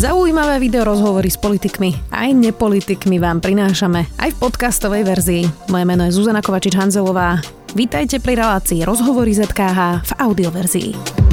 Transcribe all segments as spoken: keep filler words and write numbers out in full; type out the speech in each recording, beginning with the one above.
Zaujímavé video rozhovory s politikmi aj nepolitikmi vám prinášame aj v podcastovej verzii. Moje meno je Zuzana Kovačič-Hanzelová. Vítajte pri relácii Rozhovory zet ká há v audioverzii.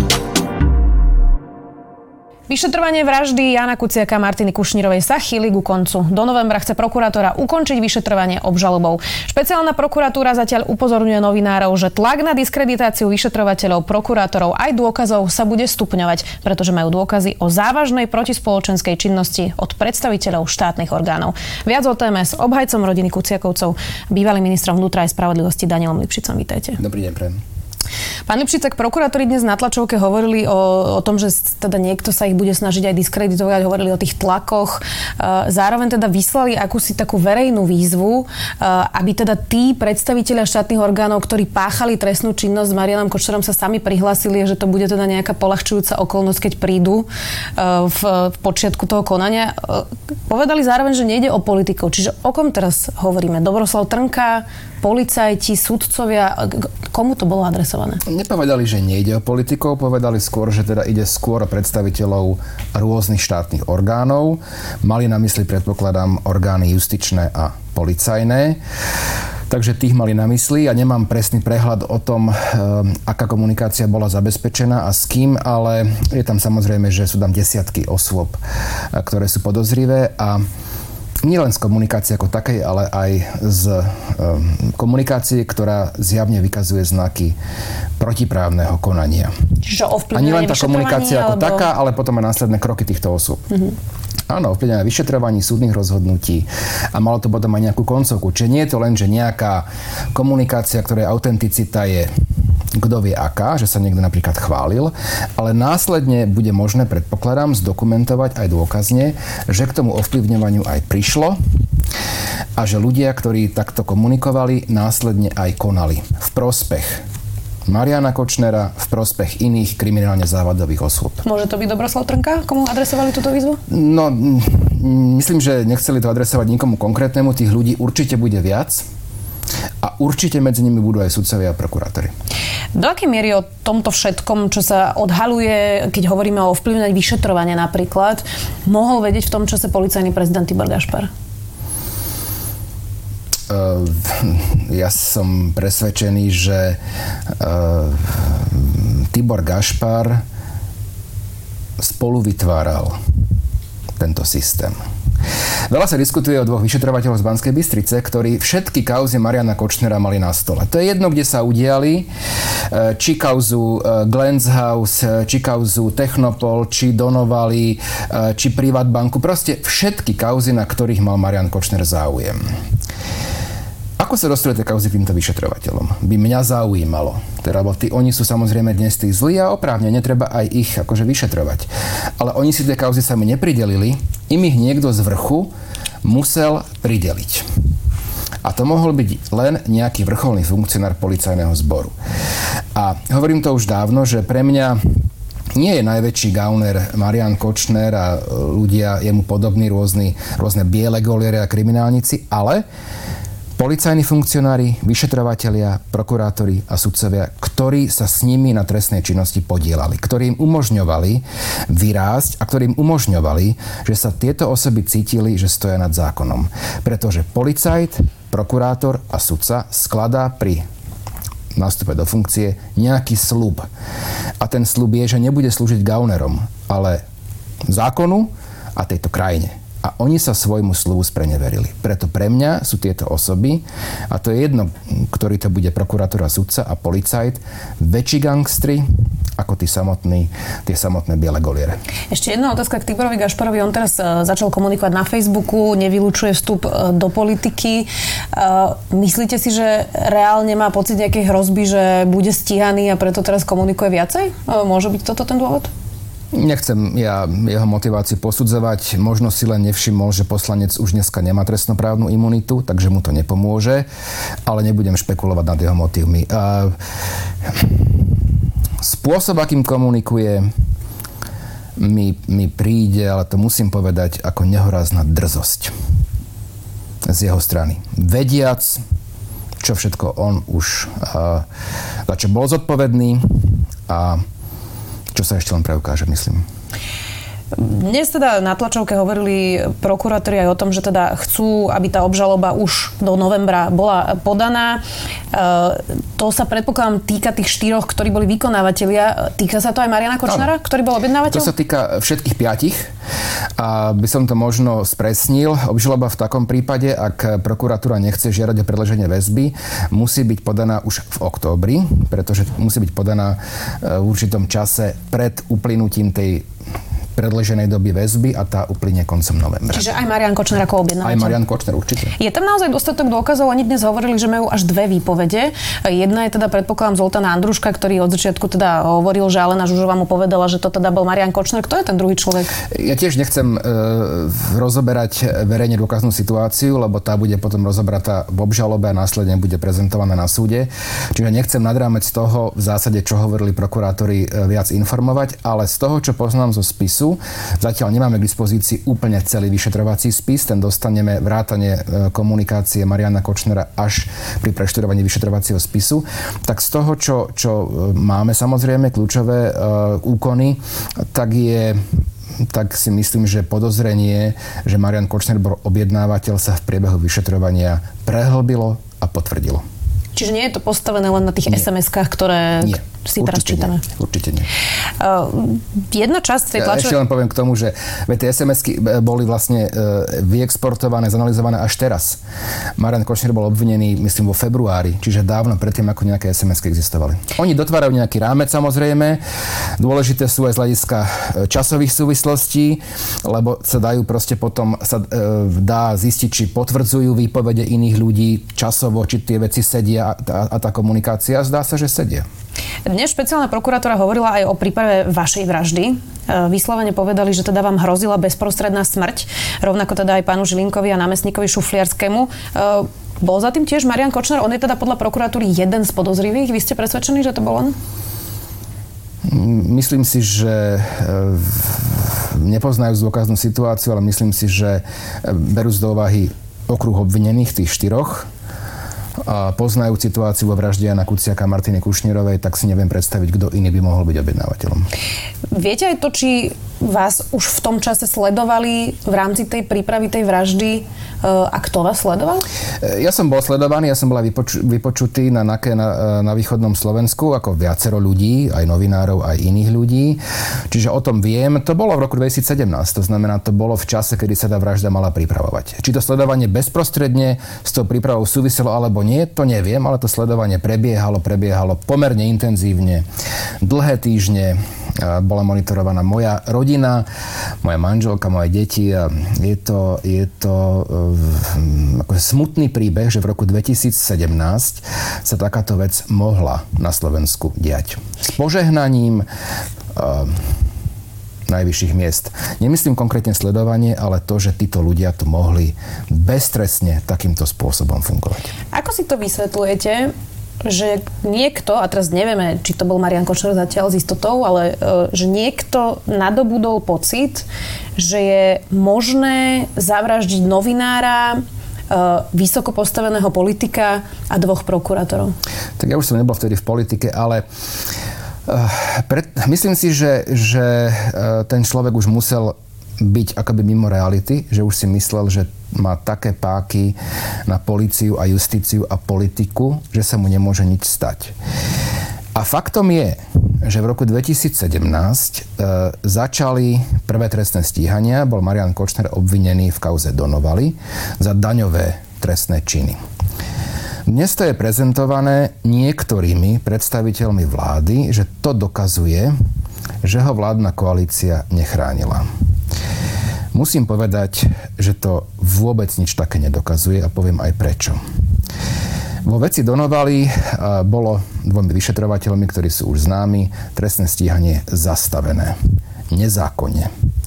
Vyšetrovanie vraždy Jána Kuciaka a Martiny Kušnírovej sa chýli ku koncu. Do novembra chce prokuratúra ukončiť vyšetrovanie obžalobou. Špeciálna prokuratúra zatiaľ upozorňuje novinárov, že tlak na diskreditáciu vyšetrovateľov, prokurátorov aj dôkazov sa bude stupňovať, pretože majú dôkazy o závažnej protispoločenskej činnosti od predstaviteľov štátnych orgánov. Viac o téme s obhajcom rodiny Kuciakovcov, bývalým ministrom vnútra aj spravodlivosti Danielom Lipšicom. Vítajte. Dobrý deň, prajem. Pán Lipšicek, prokurátori dnes na tlačovke hovorili o, o tom, že teda niekto sa ich bude snažiť aj diskreditovať, hovorili o tých tlakoch. Zároveň teda vyslali akúsi takú verejnú výzvu, aby teda tí predstavitelia štátnych orgánov, ktorí páchali trestnú činnosť s Marianom Kočnerom, sa sami prihlásili, že to bude teda nejaká poľahčujúca okolnosť, keď prídu v, v počiatku toho konania. Povedali zároveň, že nejde o politikov. Čiže o kom teraz hovoríme? Dobroslav Trnka, policajti, sudcovia, komu to bolo adresované? Nepovedali, že nejde o politikov, povedali skôr, že teda ide skôr o predstaviteľov rôznych štátnych orgánov. Mali na mysli, predpokladám, orgány justičné a policajné. Takže tých mali na mysli a nemám presný prehľad o tom, aká komunikácia bola zabezpečená a s kým, ale je tam samozrejme, že sú tam desiatky osôb, ktoré sú podozrivé a nielen z komunikácie ako takej, ale aj z um, komunikácie, ktorá zjavne vykazuje znaky protiprávneho konania. Čiže ovplyvňovanie vyšetrovania? A nielen tá komunikácia ako alebo... taká, ale potom aj následné kroky týchto osôb. Mm-hmm. Áno, ovplyvňovanie vyšetrovaní, súdnych rozhodnutí a malo to potom aj nejakú koncovku. Čiže nie je to len, že nejaká komunikácia, ktorej autenticita je kto vie aká, že sa niekto napríklad chválil, ale následne bude možné, predpokladám, zdokumentovať aj dôkazne, že k tomu ovplyvňovaniu aj prišlo a že ľudia, ktorí takto komunikovali, následne aj konali v prospech Mariana Kočnera, v prospech iných kriminálne závadových osôb. Môže to byť Dobroslav Trnka, komu adresovali túto výzvu? No, myslím, že nechceli to adresovať nikomu konkrétnemu, tých ľudí určite bude viac a určite medzi nimi budú aj sudcovia a prokurátori. Do akej miery o tomto všetkom, čo sa odhaluje, keď hovoríme o ovplyvňovaní vyšetrovania napríklad, mohol vedieť v tom čase policajný prezident Tibor Gašpar? Uh, ja som presvedčený, že uh, Tibor Gašpar spolu vytváral tento systém. Veľa sa diskutuje o dvoch vyšetrovateľoch z Banskej Bystrice, ktorí všetky kauzy Mariana Kočnera mali na stole. To je jedno, kde sa udiali, či kauzu Glens House, či kauzu Technopol, či Donovali, či Privatbanku. Proste všetky kauzy, na ktorých mal Marian Kočner záujem. Ako sa dostali tie kauzy týmto vyšetrovateľom? By mňa zaujímalo. Teda, lebo tí, oni sú samozrejme dnes tí zlí a oprávne, netreba aj ich akože vyšetrovať. Ale oni si tie kauzy sami nepridelili, im ich niekto z vrchu musel prideliť. A to mohol byť len nejaký vrcholný funkcionár policajného zboru. A hovorím to už dávno, že pre mňa nie je najväčší gauner Marian Kočner a ľudia jemu podobní, rôzni, rôzne biele goliere a kriminálnici, ale policajní funkcionári, vyšetrovatelia, prokurátori a sudcovia, ktorí sa s nimi na trestnej činnosti podielali, ktorí im umožňovali vyrásť a ktorí im umožňovali, že sa tieto osoby cítili, že stoja nad zákonom. Pretože policajt, prokurátor a sudca skladá pri nástupe do funkcie nejaký sľub. A ten sľub je, že nebude slúžiť gaunerom, ale zákonu a tejto krajine. A oni sa svojmu sľubu spreneverili. Preto pre mňa sú tieto osoby, a to je jedno, ktorý to bude prokurátor a sudca a policajt, väčší gangstri ako tí samotní, tie samotné biele goliere. Ešte jedna otázka k Tiborovi Gašparovi. On teraz uh, začal komunikovať na Facebooku, nevylučuje vstup uh, do politiky. Uh, myslíte si, že reálne má pocit nejakej hrozby, že bude stíhaný a preto teraz komunikuje viacej? Uh, môže byť toto ten dôvod? Nechcem ja jeho motiváciu posudzovať. Možno si len nevšimol, že poslanec už dneska nemá trestnoprávnu imunitu, takže mu to nepomôže, ale nebudem špekulovať nad jeho motivmi. Spôsob, akým komunikuje, mi, mi príde, ale to musím povedať, ako nehorázna drzosť z jeho strany. Vediac, čo všetko on už za čo bol zodpovedný a čo sa ešte len preukáže, myslím. Dnes teda na tlačovke hovorili prokurátori aj o tom, že teda chcú, aby tá obžaloba už do novembra bola podaná. E, to sa predpokladám týka tých štyroch, ktorí boli vykonávateľia. Týka sa to aj Mariana Kočnera, ano, ktorý bol objednávateľ? To sa týka všetkých piatich. A by som to možno spresnil. Obžaloba v takom prípade, ak prokuratúra nechce žiadať o predĺženie väzby, musí byť podaná už v októbri, pretože musí byť podaná v určitom čase pred uplynutím tej predĺženej doby väzby a tá uplynie koncom novembra. Čiže aj Marian Kočner ako objednávateľ? Aj Marian Kočner, určite. Je tam naozaj dostatok dôkazov? Oni dnes hovorili, že majú až dve výpovede. Jedna je teda, predpokladám, Zoltána Andruška, ktorý od začiatku teda hovoril, že Alena Žužová mu povedala, že to teda bol Marian Kočner. Kto je ten druhý človek? Ja tiež nechcem e, rozoberať verejne dôkaznú situáciu, lebo tá bude potom rozobratá v obžalobe a následne bude prezentovaná na súde. Čiže nechcem nad rámec toho v zásade, čo hovorili prokurátori, viac informovať, ale z toho, čo poznám zo spisu, zatiaľ nemáme k dispozícii úplne celý vyšetrovací spis, ten dostaneme vrátane komunikácie Mariana Kočnera až pri preštudovaní vyšetrovacieho spisu. Tak z toho, čo, čo máme samozrejme kľúčové uh, úkony, tak je tak si myslím, že podozrenie, že Marian Kočner bol objednávateľ, sa v priebehu vyšetrovania prehlbilo a potvrdilo. Čiže nie je to postavené len na tých nie. es em eskách, ktoré nie. si Určite teraz čítame? Nie. Určite nie. Uh, jedna časť tej tlačovej... Ja ešte len poviem k tomu, že tie es em esky boli vlastne uh, vyexportované, zanalizované až teraz. Marian Kočner bol obvinený, myslím, vo februári, čiže dávno predtým, ako nejaké es em esky existovali. Oni dotvárajú nejaký rámec, samozrejme. Dôležité sú aj z hľadiska časových súvislostí, lebo sa dajú proste potom, sa uh, dá zistiť, či potvrdzujú výpovede iných ľudí časovo, či tie veci sedia a, a, a tá komunikácia, zdá sa, že sedia. Dnes špeciálna prokurátora hovorila aj o príprave vašej vraždy. Vyslovene povedali, že teda vám hrozila bezprostredná smrť. Rovnako teda aj pánu Žilinkovi a námestníkovi Šufliarskému. Bol za tým tiež Marian Kočner? On je teda podľa prokuratúry jeden z podozrivých. Vy ste presvedčení, že to bol on? Myslím si, že nepoznajú dôkaznú situáciu, ale myslím si, že berú z do úvahy okruh obvinených, tých štyroch, a poznajú situáciu vo vražde Jana Kuciaka a Martiny Kušnírovej, tak si neviem predstaviť, kto iný by mohol byť objednávateľom. Viete aj to, či vás už v tom čase sledovali v rámci tej prípravy tej vraždy a kto vás sledoval? Ja som bol sledovaný, ja som bol aj vypoču, vypočutý na NAKE na, na východnom Slovensku, ako viacero ľudí, aj novinárov, aj iných ľudí. Čiže o tom viem. To bolo v roku dvetisícsedemnásť, to znamená, to bolo v čase, kedy sa tá vražda mala pripravovať. Či to sledovanie bezprostredne s tou prípravou súviselo alebo nie, to neviem, ale to sledovanie prebiehalo, prebiehalo pomerne intenzívne. Dlhé týždne bola monitorovaná moja rodina, moja manželka, moje deti a je to, je to uh, ako smutný príbeh, že v roku dvetisícsedemnásť sa takáto vec mohla na Slovensku diať. S požehnaním uh, najvyšších miest. Nemyslím konkrétne sledovanie, ale to, že títo ľudia tu mohli beztrestne takýmto spôsobom fungovať. Ako si to vysvetľujete, že niekto, a teraz nevieme, či to bol Marian Kočner zatiaľ s istotou, ale že niekto nadobudol pocit, že je možné zavraždiť novinára, vysoko postaveného politika a dvoch prokurátorov? Tak ja už som nebol vtedy v politike, ale uh, pred, myslím si, že, že uh, ten človek už musel byť akoby mimo reality, že už si myslel, že má také páky na políciu a justíciu a politiku, že sa mu nemôže nič stať. A faktom je, že v roku dvetisícsedemnásť e, začali prvé trestné stíhania. Bol Marian Kočner obvinený v kauze Donovali za daňové trestné činy. Dnes to je prezentované niektorými predstaviteľmi vlády, že to dokazuje, že ho vládna koalícia nechránila. Musím povedať, že to vôbec nič také nedokazuje a poviem aj prečo. Vo veci Donovali bolo dvomi vyšetrovateľmi, ktorí sú už známi, trestné stíhanie zastavené. Nezákonne.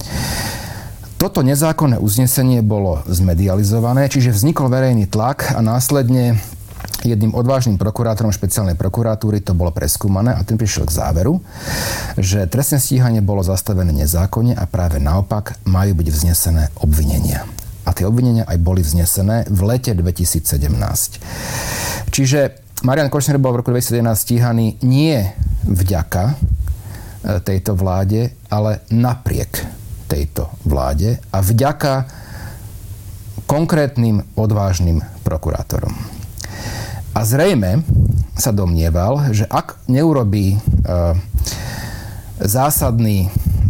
Toto nezákonné uznesenie bolo zmedializované, čiže vznikol verejný tlak a následne jedným odvážnym prokurátorom špeciálnej prokuratúry to bolo preskúmané a ten prišiel k záveru, že trestné stíhanie bolo zastavené nezákonne a práve naopak majú byť vznesené obvinenia. A tie obvinenia aj boli vznesené v lete dvetisícsedemnásť. Čiže Marian Kočner bol v roku dvetisícsedemnásť stíhaný nie vďaka tejto vláde, ale napriek tejto vláde a vďaka konkrétnym odvážnym prokurátorom. A zrejme sa domnieval, že ak neurobí e, zásadný,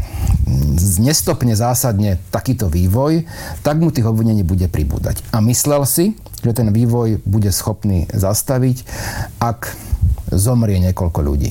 nestopne zásadne takýto vývoj, tak mu tých obvinení bude pribúdať. A myslel si, že ten vývoj bude schopný zastaviť, ak zomrie niekoľko ľudí.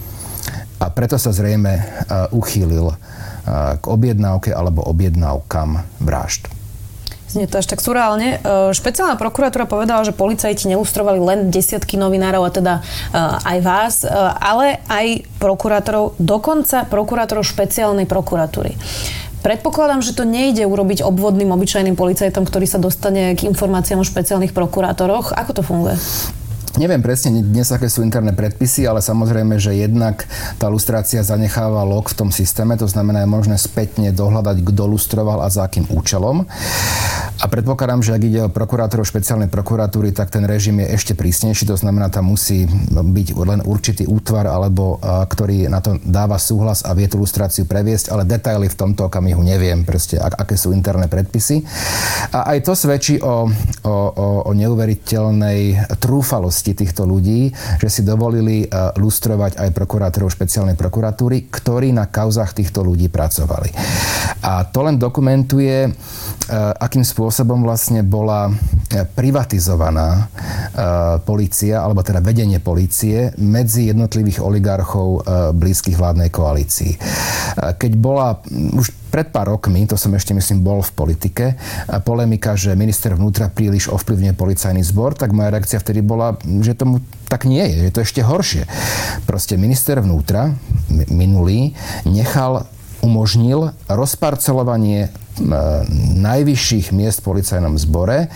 A preto sa zrejme e, uchýlil e, k objednávke alebo objednávkam vražd. Nie to až tak surreálne. Špeciálna prokuratúra povedala, že policajti nelustrovali len desiatky novinárov, a teda aj vás, ale aj prokurátorov, dokonca prokurátorov špeciálnej prokuratúry. Predpokladám, že to nejde urobiť obvodným, obyčajným policajtom, ktorý sa dostane k informáciám o špeciálnych prokurátoroch. Ako to funguje? Neviem presne dnes, aké sú interné predpisy, ale samozrejme, že jednak tá lustrácia zanecháva log v tom systéme, to znamená, je možné spätne dohľadať, kto lustroval a za akým účelom. A predpokladám, že ak ide o prokurátorov špeciálnej prokuratúry, tak ten režim je ešte prísnejší, to znamená, tam musí byť len určitý útvar, alebo ktorý na to dáva súhlas a vie tú lustráciu previesť, ale detaily v tomto okamihu neviem, proste, aké sú interné predpisy. A aj to svedčí o, o, o, o neuveriteľnej trúfalosti týchto ľudí, že si dovolili lustrovať aj prokurátorov špeciálnej prokuratúry, ktorí na kauzách týchto ľudí pracovali. A to len dokumentuje, akým spôsobom vlastne bola privatizovaná polícia, alebo teda vedenie polície medzi jednotlivých oligarchov blízkych vládnej koalícii. Keď bola už pred pár rokmi, to som ešte myslím bol v politike, polemika, že minister vnútra príliš ovplyvňuje policajný zbor, tak moja reakcia vtedy bola, že tomu tak nie je, že to ešte horšie. Proste minister vnútra minulý nechal, umožnil rozparcelovanie najvyšších miest v policajnom zbore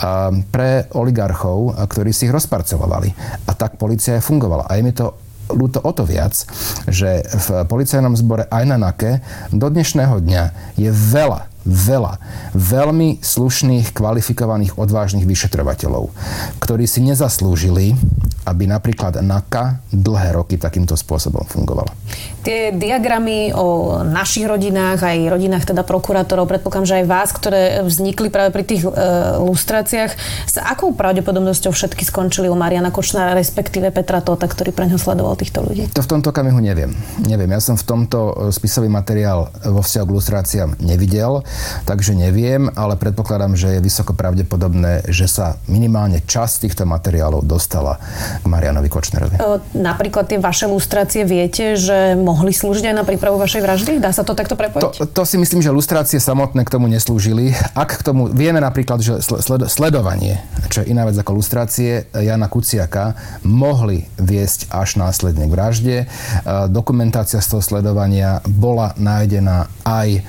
pre oligarchov, ktorí si ich rozparcelovali. A tak polícia aj fungovala. A je mi to ľúto o to viac, že v policajnom zbore aj na NAKE do dnešného dňa je veľa, veľa veľmi slušných, kvalifikovaných, odvážnych vyšetrovateľov, ktorí si nezaslúžili, aby napríklad NAKA dlhé roky takýmto spôsobom fungovala. Tie diagramy o našich rodinách, aj rodinách teda prokurátorov, predpokladám, že aj vás, ktoré vznikli práve pri tých e, lustráciách, s akou pravdepodobnosťou všetky skončili u Mariana Kočnera, respektíve Petra Tóta, ktorý preňho sledoval týchto ľudí? To v tomto okamihu neviem. Neviem. Ja som v tomto spisový materiál vo vzťahu k lustráciám nevidel, takže neviem, ale predpokladám, že je vysoko pravdepodobné, že sa minimálne časť týchto materiálov dostala k Marianovi Kočnerovi. E, napríklad tie vaše lustrácie, viete, že mohli slúžiť aj na prípravu vašej vraždy? Dá sa to takto prepojiť? To, to si myslím, že lustrácie samotné k tomu neslúžili. Ak k tomu vieme napríklad, že sled, sledovanie, čo je iná vec ako lustrácie, Jana Kuciaka mohli viesť až následne k vražde. E, dokumentácia z toho sledovania bola nájdená aj e,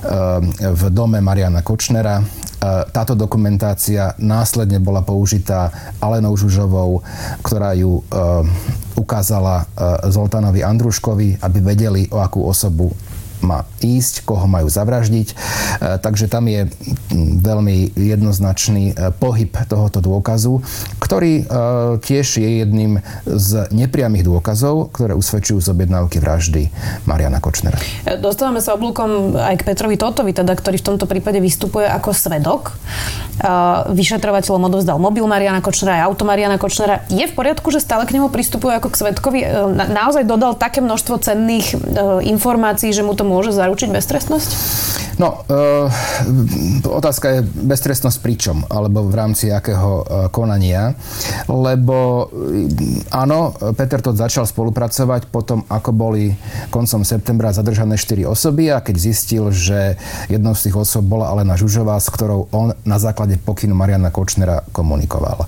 v dome Mariana Kočnera. Táto dokumentácia následne bola použitá Alenou Žužovou, ktorá ju e, ukázala e, Zoltánovi Andruškovi, aby vedeli, o akú osobu má ísť, koho majú zavraždiť. E, takže tam je veľmi jednoznačný e, pohyb tohoto dôkazu, ktorý e, tiež je jedným z nepriamych dôkazov, ktoré usvedčujú z objednávky vraždy Mariana Kočnera. Dostávame sa oblúkom aj k Petrovi Tótovi, teda, ktorý v tomto prípade vystupuje ako svedok. Vyšetrovateľom odovzdal mobil Mariana Kočnera aj auto Mariana Kočnera. Je v poriadku, že stále k nemu pristupuje ako k svedkovi? Na, naozaj dodal také množstvo cenných informácií, že mu to môže zaručiť beztrestnosť? No, e, otázka je beztrestnosť pričom, alebo v rámci akého e, konania. Lebo e, áno, Peter Tóth začal spolupracovať potom, ako boli koncom septembra zadržané štyri osoby a keď zistil, že jednou z tých osôb bola Alena Žužová, s ktorou on na základe pokynu Mariana Kočnera komunikoval.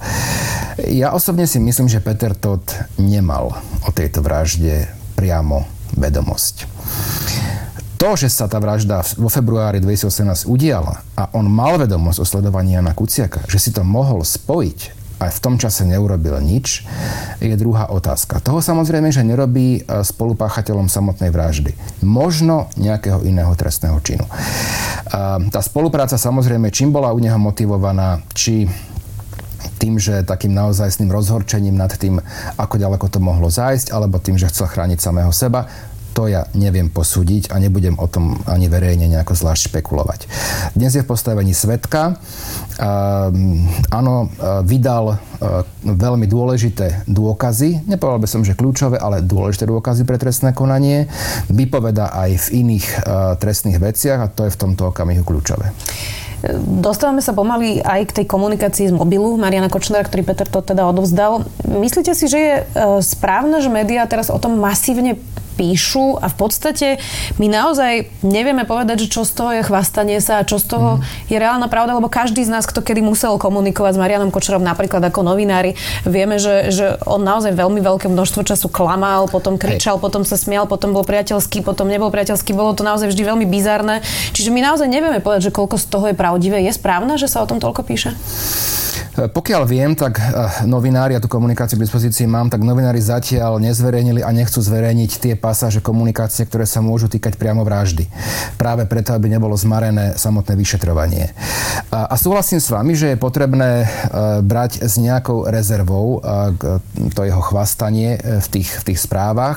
Ja osobne si myslím, že Peter Tóth nemal o tejto vražde priamo vedomosť. To, že sa tá vražda vo februári dvetisícosemnásť udiala a on mal vedomosť o sledovaní Jana Kuciaka, že si to mohol spojiť a v tom čase neurobil nič, je druhá otázka. Toho samozrejme, že nerobí spolupáchateľom samotnej vraždy. Možno nejakého iného trestného činu. Tá spolupráca samozrejme, čím bola u neho motivovaná, či tým, že takým naozajstným rozhorčením nad tým, ako ďaleko to mohlo zájsť, alebo tým, že chcel chrániť samého seba. To ja neviem posúdiť a nebudem o tom ani verejne nejako zvlášť špekulovať. Dnes je v postavení svedka. Um, áno, vydal uh, veľmi dôležité dôkazy. Nepovedal by som, že kľúčové, ale dôležité dôkazy pre trestné konanie. Vypovedá aj v iných uh, trestných veciach a to je v tomto okamihu kľúčové. Dostávame sa pomaly aj k tej komunikácii z mobilu Mariana Kočnera, ktorý Peter to teda odovzdal. Myslíte si, že je správne, že médiá teraz o tom masívne píšu a v podstate my naozaj nevieme povedať, že čo z toho je chvastanie sa a čo z toho mm. je reálna pravda, lebo každý z nás, kto kedy musel komunikovať s Marianom Kočnerom napríklad ako novinári, vieme, že, že on naozaj veľmi veľké množstvo času klamal, potom kričal, Hej. potom sa smial, potom bol priateľský, potom nebol priateľský, bolo to naozaj vždy veľmi bizarné. Čiže my naozaj nevieme povedať, že koľko z toho je pravdivé. Je správne, že sa o tom toľko píše? Pokiaľ viem, tak novinári, ja tú komunikáciu k dispozícii mám, tak novinári zatiaľ nezverejnili a nechcú zverejniť tie pasáže komunikácie, ktoré sa môžu týkať priamo vraždy. Práve preto, aby nebolo zmarené samotné vyšetrovanie. A, a súhlasím s vami, že je potrebné brať s nejakou rezervou to jeho chvastanie v tých, v tých správach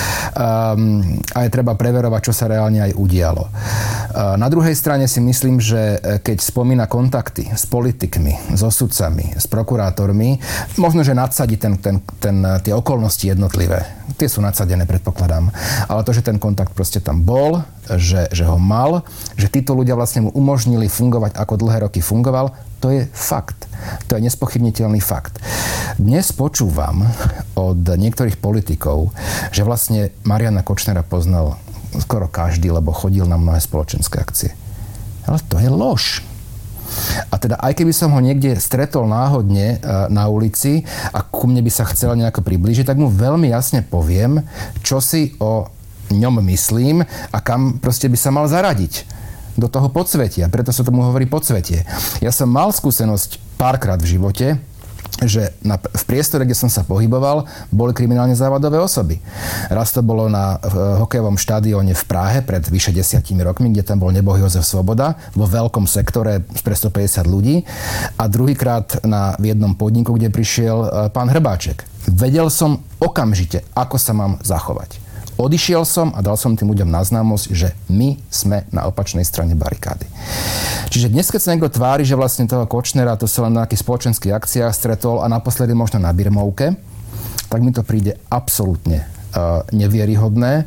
a je treba preverovať, čo sa reálne aj udialo. Na druhej strane si myslím, že keď spomína kontakty s politikmi, so sudcami, s prokurátormi, možno, že nadsadí ten, ten, ten, tie okolnosti jednotlivé. Tie sú nadsadené, predpokladám. Ale to, že ten kontakt proste tam bol, že, že ho mal, že títo ľudia vlastne mu umožnili fungovať, ako dlhé roky fungoval, to je fakt. To je nespochybniteľný fakt. Dnes počúvam od niektorých politikov, že vlastne Mariana Kočnera poznal skoro každý, lebo chodil na mnohé spoločenské akcie. Ale to je lož. A teda aj keby som ho niekde stretol náhodne na ulici a ku mne by sa chcel nejako priblížiť, tak mu veľmi jasne poviem, čo si o ňom myslím a kam proste by sa mal zaradiť. Do toho podsvetia. Preto sa tomu hovorí podsvetie. Ja som mal skúsenosť párkrát v živote, že na, v priestore, kde som sa pohyboval, boli kriminálne závadové osoby. Raz to bolo na v, hokejovom štadióne v Prahe pred vyše desiatimi rokmi, kde tam bol nebohý Jozef Svoboda vo veľkom sektore pre stopäťdesiat ľudí a druhýkrát na v jednom podniku, kde prišiel uh, pán Hrbáček. Vedel som okamžite, ako sa mám zachovať. Odišiel som a dal som tým ľuďom na známosť, že my sme na opačnej strane barikády. Čiže dnes, keď sa niekto tvári, že vlastne toho Kočnera to sa len na nejakých spoločenských akciách stretol a naposledy možno na Birmovke, tak mi to príde absolútne uh, nevieryhodné.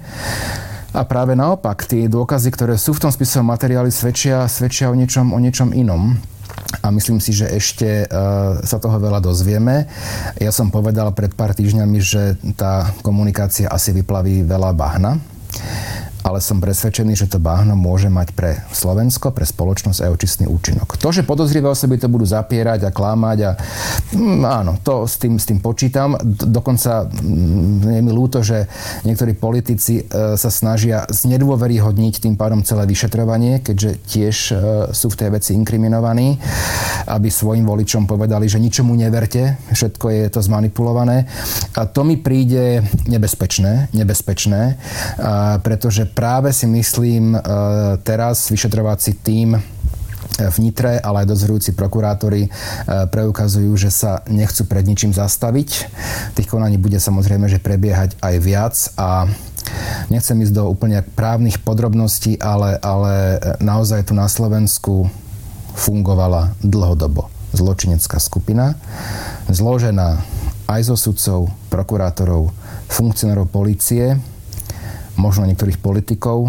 A práve naopak, tie dôkazy, ktoré sú v tom spisovom materiáli, svedčia, svedčia o niečom, o niečom inom. A myslím si, že ešte uh, sa toho veľa dozvieme. Ja som povedal pred pár týždňami, že tá komunikácia asi vyplaví veľa bahna, ale som presvedčený, že to bahno môže mať pre Slovensko, pre spoločnosť aj očistný účinok. To, že podozrivé osoby to budú zapierať a klamať a mm, áno, to s tým, s tým počítam. Dokonca mm, je mi ľúto, že niektorí politici e, sa snažia znedôveryhodniť tým pádom celé vyšetrovanie, keďže tiež e, sú v tej veci inkriminovaní, aby svojim voličom povedali, že ničomu neverte, všetko je to zmanipulované. A to mi príde nebezpečné, nebezpečné, a pretože práve si myslím, teraz vyšetrovací tím v Nitre, ale aj dozorujúci prokurátori preukazujú, že sa nechcú pred ničím zastaviť. Tých konaní bude samozrejme, že prebiehať aj viac a nechcem ísť do úplne právnych podrobností, ale, ale naozaj tu na Slovensku fungovala dlhodobo zločinecká skupina, zložená aj zo sudcov, prokurátorov, funkcionárov polície, možno niektorých politikov,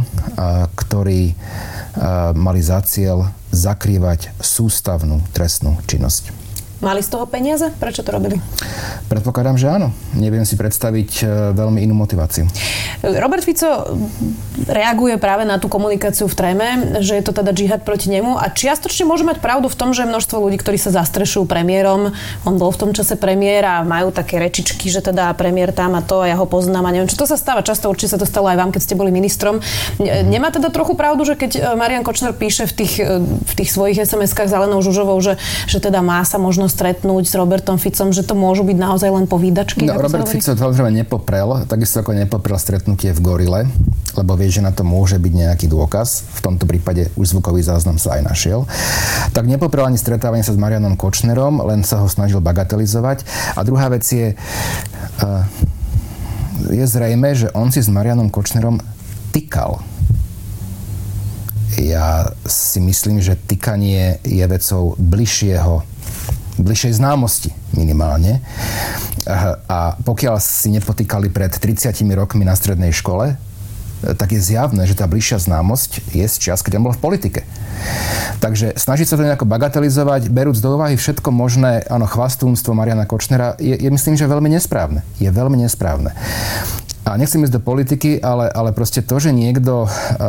ktorí mali za cieľ zakrývať sústavnú trestnú činnosť. Mali z toho peniaze? Prečo to robili? Predpokladám, že áno. Neviem si predstaviť veľmi inú motiváciu. Robert Fico reaguje práve na tú komunikáciu v Tréme, že je to teda džihad proti nemu a čiastočne môže mať pravdu v tom, že množstvo ľudí, ktorí sa zastrešujú premiérom, on bol v tom čase premiér a majú také rečičky, že teda premiér tam a to a ja ho poznám a neviem, čo to sa stáva často, určite sa to stalo aj vám, keď ste boli ministrom. Nemá teda trochu pravdu, že keď Marian Kočner píše v tých, v tých svojich es em eskách s Alenou Žužovou, že, že teda má sa možno stretnúť s Robertom Ficom, že to môžu byť naozaj len povídačky? No, Robert Fico samozrejme nepoprel, takisto ako nepoprel stretnutie v Gorile, lebo vie, že na to môže byť nejaký dôkaz. V tomto prípade už zvukový záznam sa aj našiel. Tak nepoprel ani stretávanie sa s Marianom Kočnerom, len sa ho snažil bagatelizovať. A druhá vec je, uh, je zrejme, že on si s Marianom Kočnerom tykal. Ja si myslím, že tykanie je vecou bližšieho, bližšej známosti minimálne. A pokiaľ si nepotýkali pred tridsiatimi rokmi na strednej škole, tak je zjavné, že tá bližšia známosť je z čias, keď on bol v politike. Takže snažiť sa to nejako bagatelizovať, berúc do úvahy všetko možné, áno, chvastúnstvo Mariana Kočnera, je, je myslím, že veľmi nesprávne. Je veľmi nesprávne. A nechcem ísť do politiky, ale, ale proste to, že niekto uh,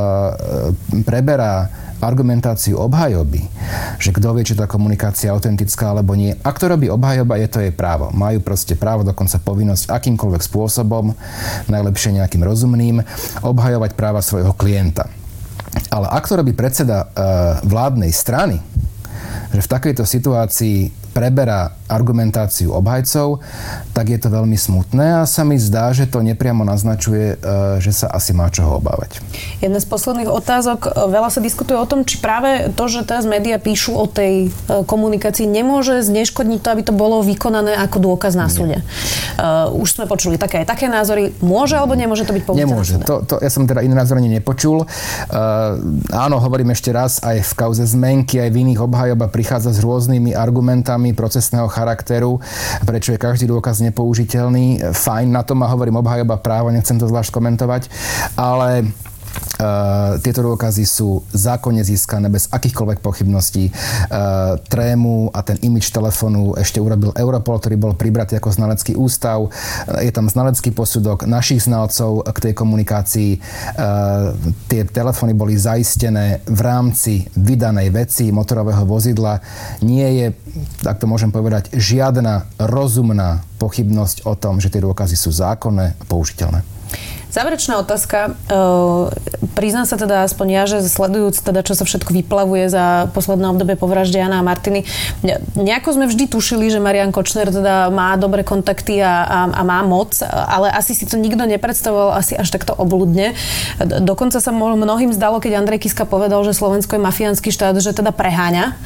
preberá argumentáciu obhajoby, že kto vie, či tá komunikácia je autentická alebo nie. Ak to robí obhajoba, je to jej právo. Majú proste právo, dokonca povinnosť akýmkoľvek spôsobom, najlepšie nejakým rozumným, obhajovať práva svojho klienta. Ale ak to robí predseda uh, vládnej strany, že v takejto situácii preberá argumentáciu obhajcov, tak je to veľmi smutné a sa mi zdá, že to nepriamo naznačuje, že sa asi má čoho obávať. Jedna z posledných otázok, veľa sa diskutuje o tom, či práve to, že teraz médiá píšu o tej komunikácii, nemôže zneškodniť to, aby to bolo vykonané ako dôkaz na súde. Uh, už sme počuli také aj také názory. Môže alebo nemôže to byť použité na súde? To, to, ja som teda iné názory nepočul. Uh, áno, hovorím ešte raz, aj v kauze zmenky, aj v iných obhajoba prichádza s rôznymi argumentami procesného charakteru, prečo je každý dôkaz nepoužiteľný. Fajn, na to ma hovorím obhajoba práva, nechcem to zvlášť komentovať, ale Uh, tieto dôkazy sú zákonne získané bez akýchkoľvek pochybností. Uh, trému a ten imidž telefónu ešte urobil Europol, ktorý bol pribratý ako znalecký ústav. Uh, je tam znalecký posudok našich znalcov k tej komunikácii. Uh, tie telefóny boli zaistené v rámci vydanej veci motorového vozidla. Nie je, tak to môžem povedať, žiadna rozumná pochybnosť o tom, že tie dôkazy sú zákonné a použiteľné. Záverečná otázka. E, priznám sa teda aspoň ja, že sledujúc teda, čo sa všetko vyplavuje za posledné obdobie po vražde Jana a Martiny, nejako sme vždy tušili, že Marian Kočner teda má dobré kontakty a, a, a má moc, ale asi si to nikto nepredstavoval asi až takto obľudne. Dokonca sa mnohým zdalo, keď Andrej Kiska povedal, že Slovensko je mafiánsky štát, že teda preháňa. E,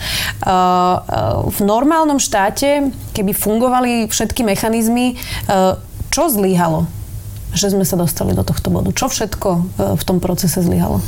v normálnom štáte, keby fungovali všetky mechanizmy, e, čo zlyhalo? Že sme sa dostali do tohto bodu. Čo všetko v tom procese zlyhalo?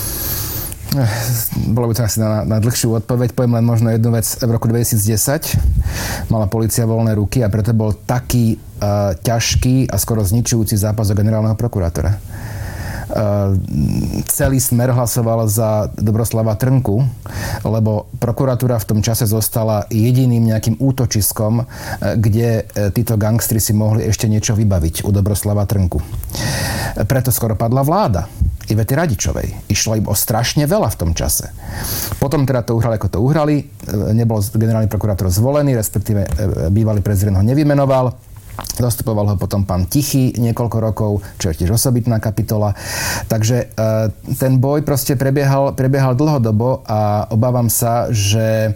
Bolo by to asi na, na dlhšiu odpoveď. Poviem len možno jednu vec. V roku dvetisícdesať mala polícia voľné ruky a preto bol taký uh, ťažký a skoro zničujúci zápas o generálneho prokurátora. Uh, celý Smer hlasoval za Dobroslava Trnku, lebo prokuratúra v tom čase zostala jediným nejakým útočiskom, uh, kde uh, títo gangstri si mohli ešte niečo vybaviť u Dobroslava Trnku. Uh, preto skoro padla vláda Ivety Radičovej. Išlo im o strašne veľa v tom čase. Potom teda to uhrali, ako to uhrali. Uh, nebol generálny prokurátor zvolený, respektíve uh, bývalý prezident ho nevymenoval. Zastupoval ho potom pán Tichý niekoľko rokov, čo je tiež osobitná kapitola. Takže e, ten boj proste prebiehal, prebiehal dlhodobo a obávam sa, že e,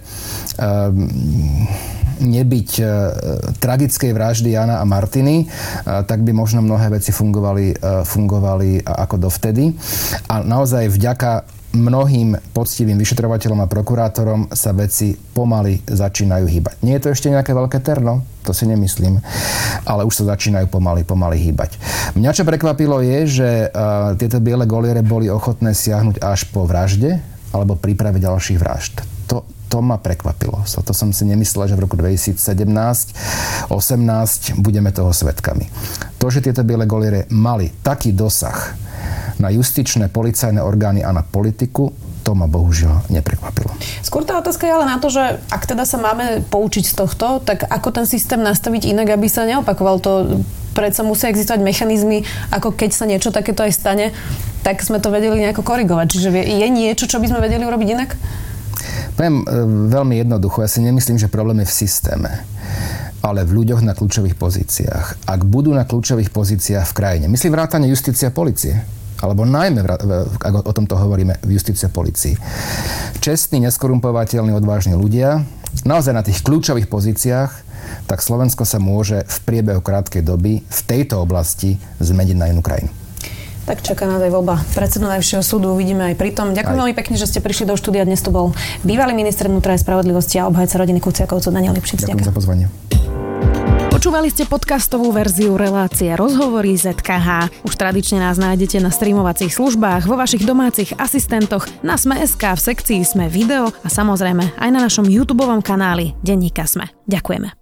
nebyť e, tragickej vraždy Jana a Martiny, e, tak by možno mnohé veci fungovali, e, fungovali ako dovtedy. A naozaj vďaka mnohým poctivým vyšetrovateľom a prokurátorom sa veci pomaly začínajú hýbať. Nie je to ešte nejaké veľké terno, to si nemyslím, ale už sa začínajú pomaly, pomaly hýbať. Mňa čo prekvapilo je, že uh, tieto biele goliere boli ochotné siahnuť až po vražde alebo príprave ďalších vražd. To, to ma prekvapilo. So, to som si nemyslel, že v roku dvetisícsedemnásť osemnásť budeme toho svedkami. To, že tieto biele goliere mali taký dosah na justičné, policajné orgány a na politiku, to ma bohužiaľ neprekvapilo. Skôr tá otázka je ale na to, že ak teda sa máme poučiť z tohto, tak ako ten systém nastaviť inak, aby sa neopakoval to. Predsa musia existovať mechanizmy, ako keď sa niečo takéto aj stane, tak sme to vedeli nejako korigovať. Čiže je niečo, čo by sme vedeli urobiť inak? Poviem veľmi jednoducho. Ja si nemyslím, že problém je v systéme, ale v ľuďoch na kľúčových pozíciách. Ak budú na kľúčových pozíciách v krajine, myslím vrátane justícia a polície, alebo najmä, ak o tomto hovoríme, v justícii a polícii. Čestní, neskorumpovateľní, odvážni ľudia, naozaj na tých kľúčových pozíciách, tak Slovensko sa môže v priebehu krátkej doby v tejto oblasti zmeniť na inú krajinu. Tak čaká nás aj voľba predsedu Najvyššieho súdu, uvidíme aj pri tom. Ďakujem veľmi pekne, že ste prišli do štúdia. Dnes to bol bývalý minister vnútra a spravodlivosti a obhajca rodiny Kuciakovcov Daniel Lipšic. Ďakujem za pozvanie. Počúvali ste podcastovú verziu relácie Rozhovory zet ká há. Už tradične nás nájdete na streamovacích službách, vo vašich domácich asistentoch, na Sme bodka es ká v sekcii Sme video a samozrejme aj na našom YouTubeovom kanáli Denníka Sme. Ďakujeme.